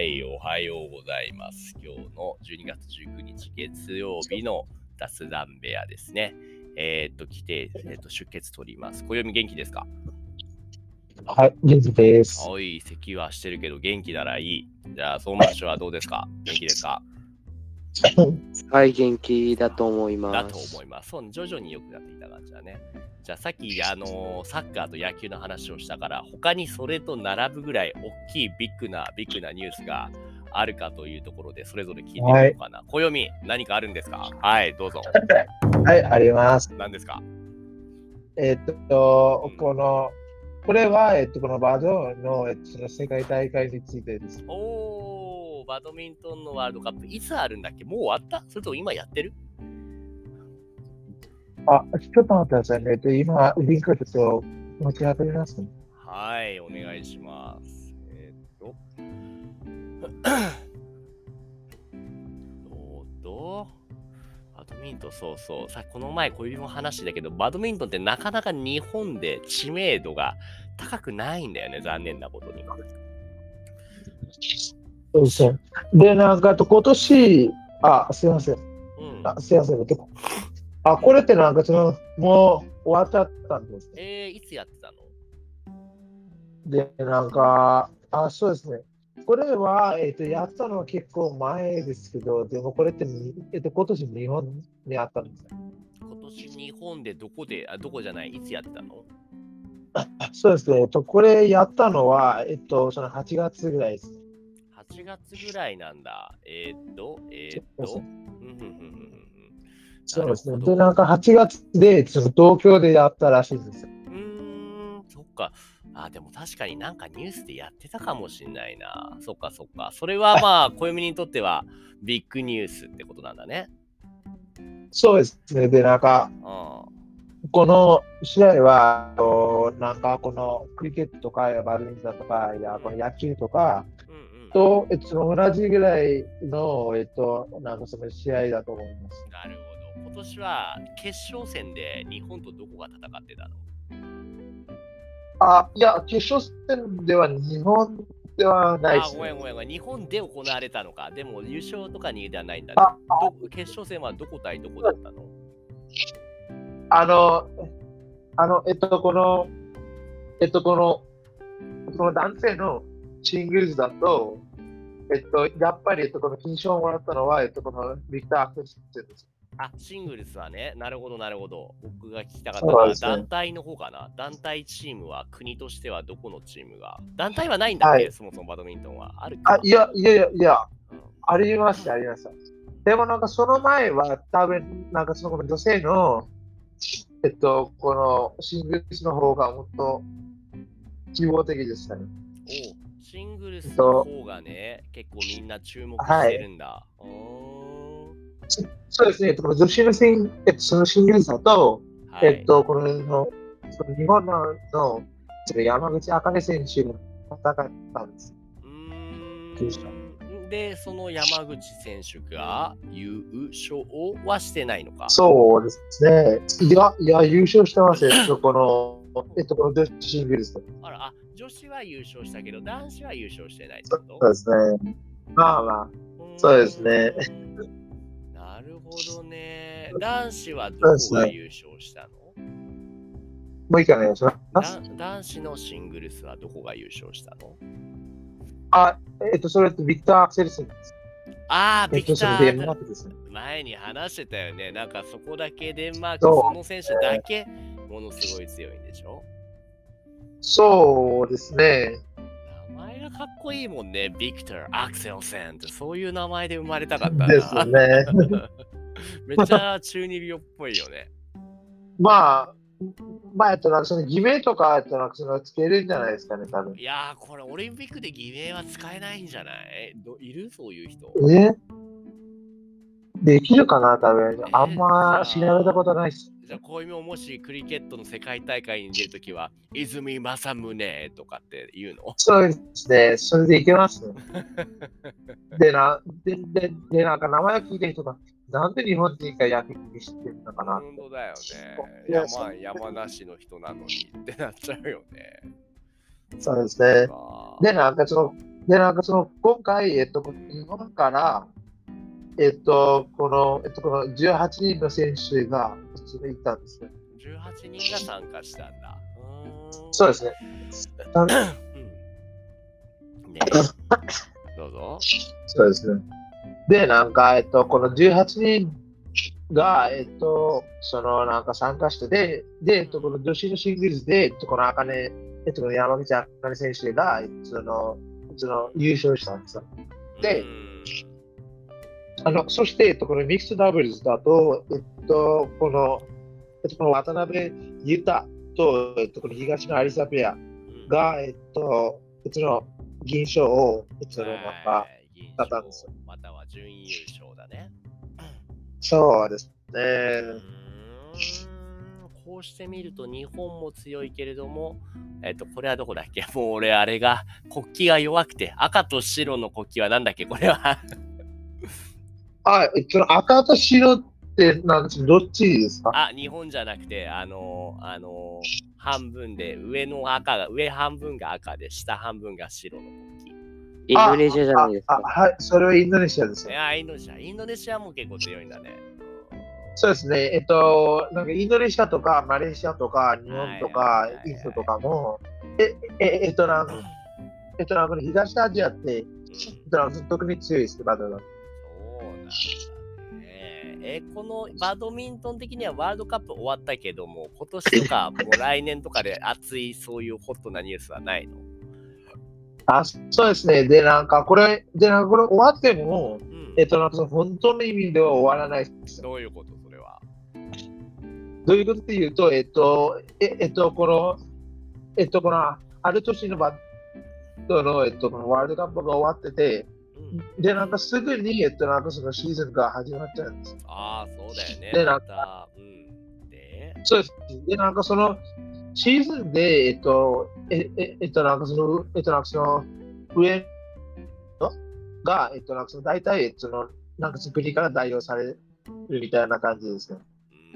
はいおはようございます。今日の12月19日月曜日の雑談部屋ですね。来て、出血取ります。暦元気ですか？ はい、元気です。 おい、咳はしてるけど元気ならいい。じゃあ、相馬市はどうですか？元気ですか？ はい、元気だと思います。 だと思います。そう、徐々に良くなっていた感じだね。じゃあさっきサッカーと野球の話をしたから、他にそれと並ぶぐらい大きいビッグなニュースがあるかというところで、それぞれ聞いてみようかな。暦、何かあるんですか？はい、どうぞ。 はい、あります。 何ですか？ これは、このバドの、その世界大会についてです。 おー、バドミントンのワールドカップ、いつあるんだっけ？もう終わった？それとも今やってる？ ちょっと待ってくださいね。今、リンクちょっと持ち上げますね。 はい、お願いします。バドミントン、そうそう。この前、小指も話だけど、バドミントンってなかなか日本で知名度が高くないんだよね、残念なことに。 そうそう。で、なんか、今年、すいません。すいません。これってなんか、もう終わっちゃったんです。 いつやってたの？ で、なんか、そうですね。これは、やったのは結構前ですけど、でもこれって、今年日本にあったんです。 今年日本でどこじゃない、いつやってたの？ そうですね。これやったのは、その8月ぐらいです。 8月ぐらいなんだ。 そうですね。で、なんか8月で、東京でやったらしいです。 そっか。でも確かになんかニュースでやってたかもしんないな。そっか。それはまあ、暦にとってはビッグニュースってことなんだね。 そうですね。で、なんか、この試合は、なんかこのクリケットとか、バドミントンとか、この野球とか、と、同じぐらいの、なんかその試合だと思います。 なるほど。今年は決勝戦で日本とどこが戦ってたの？ いや、決勝戦では日本ではないです、ね。 ごめん。日本で行われたのか。でも優勝とかにではないんだね。決勝戦はどこ対どこだったの？ この男性のシングルスだと、やっぱり、この金賞をもらったのは、このビクター・アクセルセンです。 シングルスはね、なるほど。僕が聞きたかったのは、団体の方かな。団体チームは国としてはどこのチームが？団体はないんだっけ？そもそもバドミントンは。あるか？ いや、ありました。でもなんかその前は多分、なんかその女性の、このシングルスの方がもっと希望的でしたね。 シングルスの方がね、結構みんな注目してるんだ。 そうですね。女子のそのシングルスだと、この日本の山口茜選手が戦ったんです。 で、その山口選手が優勝はしてないのか？ そうですね。いや、優勝してますよ。この女子シングルス。 女子は優勝したけど、男子は優勝してないってこと？ そうですね。そうですね。 なるほどね。男子はどこが優勝したの？ もう一回お願いします。 男子のシングルスはどこが優勝したの？ それってビクター・アクセルセンです。 ビクター、前に話してたよね。なんかそこだけデンマーク、その選手だけものすごい強いんでしょ？ そうですね。 名前がかっこいいもんね。ビクター・アクセルセンって、そういう名前で生まれたかったな。 ですね。 めっちゃ中二病っぽいよね。 その偽名とかそのつけるんじゃないですかね、多分。 いやー、これオリンピックで偽名は使えないんじゃない？いる？そういう人。 できるかな、多分。あんま調べたことないし。 じゃあ、こういうのもしクリケットの世界大会に出るときは、泉正宗とかって言うの？ そうですね、それでいけますね。で、なんか名前を聞いてる人が、なんで日本人が野球にしてるのかな。 本当だよね。山梨の人なのにってなっちゃうよね。 そうですね。で、なんかで、なんかその、今回、日本から、この18人の選手が行ったんですね。 18人が参加したんだ。 そうですね。 うんね、どうぞ。 そうですね。で、なんか、この18人が、なんか参加して、この女子のシングルスで、このこの山口茜選手が、優勝したんですよ。で、そして、このミックスダブルスだと、この渡辺裕太と、この東野有紗ペアが、銀賞を、なんか、だったんですよ。 または準優勝だね。 そうですね。 こうしてみると日本も強いけれども、これはどこだっけ？もう俺あれが国旗が弱くて、赤と白の国旗はなんだっけこれは。 赤と白ってなんですどっちですか？ 日本じゃなくて、半分で上半分が赤で下半分が白の国旗。 インドネシアじゃないですか。 はい、それはインドネシアです。 インドネシアも結構強いんだね。 そうですね。なんかインドネシアとかマレーシアとか日本とかインドとかも、なんか東アジアって、特に強いですね、バドミントン。 そうなんだね。このバドミントン的にはワールドカップ終わったけども、今年とかもう来年とかで熱いそういうホットなニュースはないの？ そうですね。で、なんかこれ終わっても、なんか本当の意味では終わらないです。 どういうことそれは？ どういうことっていうと、このある年のバドの、このワールドカップが終わってて、で、なんかすぐに、なんかそのシーズンが始まっちゃうんです。 そうだよね。 で、なんか、そうです。で、なんかその、シーズンで、なんかその上が、なんかその大体、なんか国から代表されるみたいな感じですね。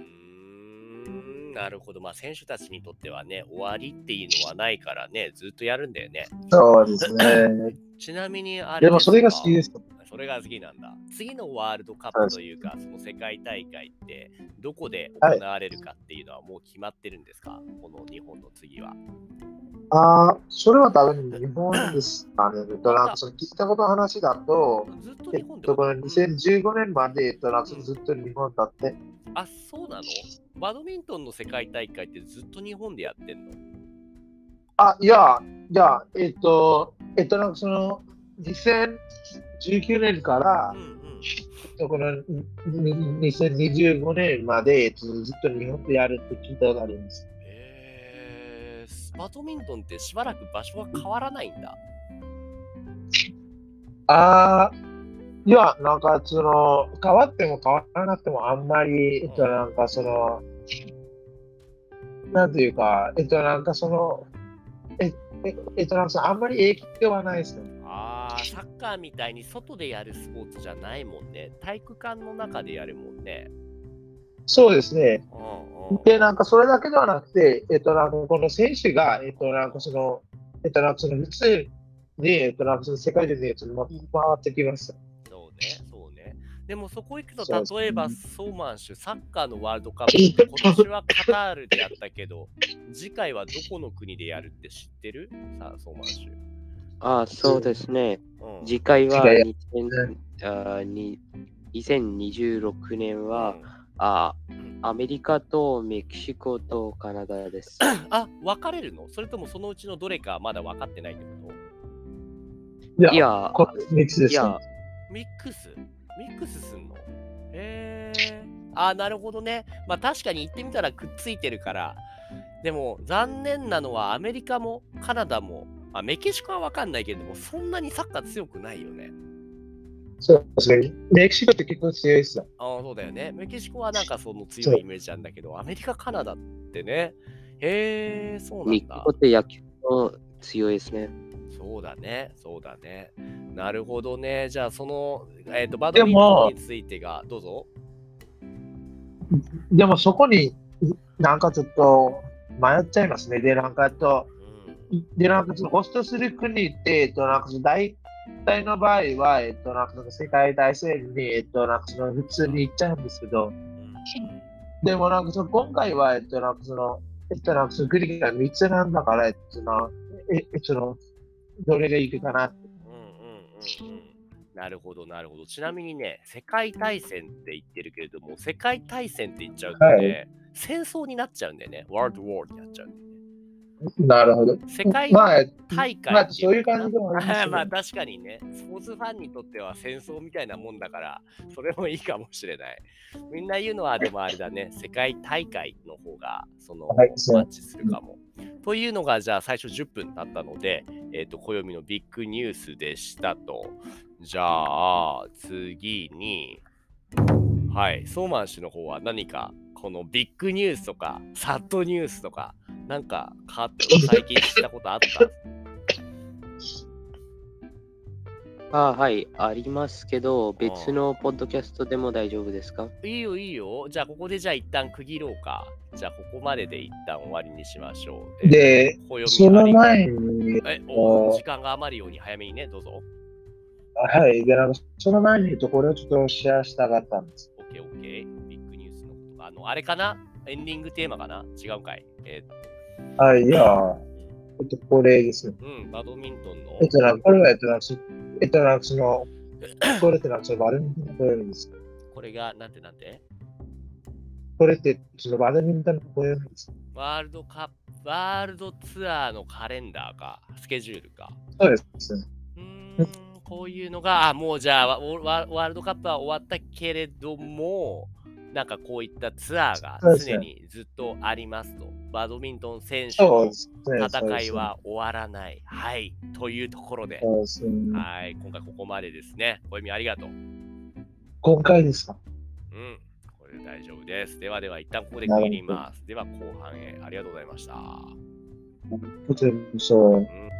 なるほど。選手たちにとってはね、終わりっていうのはないからね、ずっとやるんだよね。 そうですね。 ちなみにあれでもそれが好きです。 それが好きなんだ。次のワールドカップというか、その世界大会ってどこで行われるかっていうのはもう決まってるんですか？この日本の次は。 それは多分日本ですかね。その聞いたことの話だと、 ずっと日本でこの2015年まで、ずっと日本だって。 そうなの？バドミントンの世界大会ってずっと日本でやってんの？ いや、なんかその2019年から、この2025年までずっと日本でやるって聞いたことがあります。 バドミントンってしばらく場所は変わらないんだ。 いや、なんか変わっても変わらなくてもあんまり、なんかなんていうか、なんかなんかあんまり影響はないですね。 サッカーみたいに外でやるスポーツじゃないもんね。体育館の中でやるもんね。 そうですね。で、なんかそれだけではなくて、なんかこの選手が、なんかなんか普通に、なんか世界でね、回ってきました。 そうね。でもそこ行くと、例えばソーマンシュ、サッカーのワールドカップって今年はカタールでやったけど、次回はどこの国でやるって知ってる？さあ、ソーマンシュ。 そうですね。次回は2026年は、アメリカとメキシコとカナダです。 分かれるの？それともそのうちのどれかまだ分かってないってこと？いや、ミックスです。 ミックスすんの？なるほどね。確かに言ってみたらくっついてるから。でも残念なのはアメリカもカナダも、メキシコは分かんないけれども、そんなにサッカー強くないよね。 そうですね。メキシコって結構強いですよ。 そうだよね。メキシコはなんかその強いイメージなんだけど、アメリカ、カナダってね。そうなんだ。 メキシコって野球も強いですね。 そうだね。なるほどね。じゃあその、バドミントンについてが、どうぞ。 でもそこになんかちょっと迷っちゃいますね。で、なんかで、なんかそのホストする国って、なんかその大体の場合は、なんかその世界大戦に、なんかその普通に行っちゃうんですけど、でもなんかその今回は、なんかその、なんかその国が3つなんだから、その、どれがいいかなって。 なるほど、なるほど。ちなみにね、世界大戦って言ってるけれども、世界大戦って言っちゃうとね、 はい、 戦争になっちゃうんだよね。ワールドウォーになっちゃうんだよね。 なるほど。 世界まあ、 大会まあ、 っていうのかな。 そういう感じでもありますけど、 まあ確かにね、スポーツファンにとっては戦争みたいなもんだから、それもいいかもしれない。みんな言うのは、でもあれだね、世界大会の方が、 はい、 マッチするかも。というのが、じゃあ最初10分だったので、暦のビッグニュースでしたと。じゃあ、次に、はい、ソーマン氏の方は何か、このビッグニュースとか、サッドニュースとか、なんか最近知ったことあった？ はい、ありますけど、別のポッドキャストでも大丈夫ですか？ いいよ、いいよ。じゃあ、ここでじゃあ一旦区切ろうか。じゃあ、ここまでで一旦終わりにしましょう。 で、その前に、 時間が余るように早めにね、どうぞ。 はい、で、なんかその前にこれをちょっとシェアしたかったんです。 オッケー、オッケー。ビッグニュースのことか。あれかな？エンディングテーマかな？違うんかい。 はい、いや、これですね。 バドミントンの。 これは、なんかその、これってなんかそのバドミントンのポエムです。 これが、なんてこれってそのバドミントンのポエムです。 ワールドツアーのカレンダーか、スケジュールか。 そうです。 こういうのが、もうじゃあワールドカップは終わったけれども、なんかこういったツアーが常にずっとありますと。バドミントン選手の戦いは終わらない。はい。というところで、はい。今回ここまでですね。小泉ありがとう。 今回ですか？ これで大丈夫です。ではでは、一旦ここで区切ります。では後半へありがとうございました。 こちらこそ。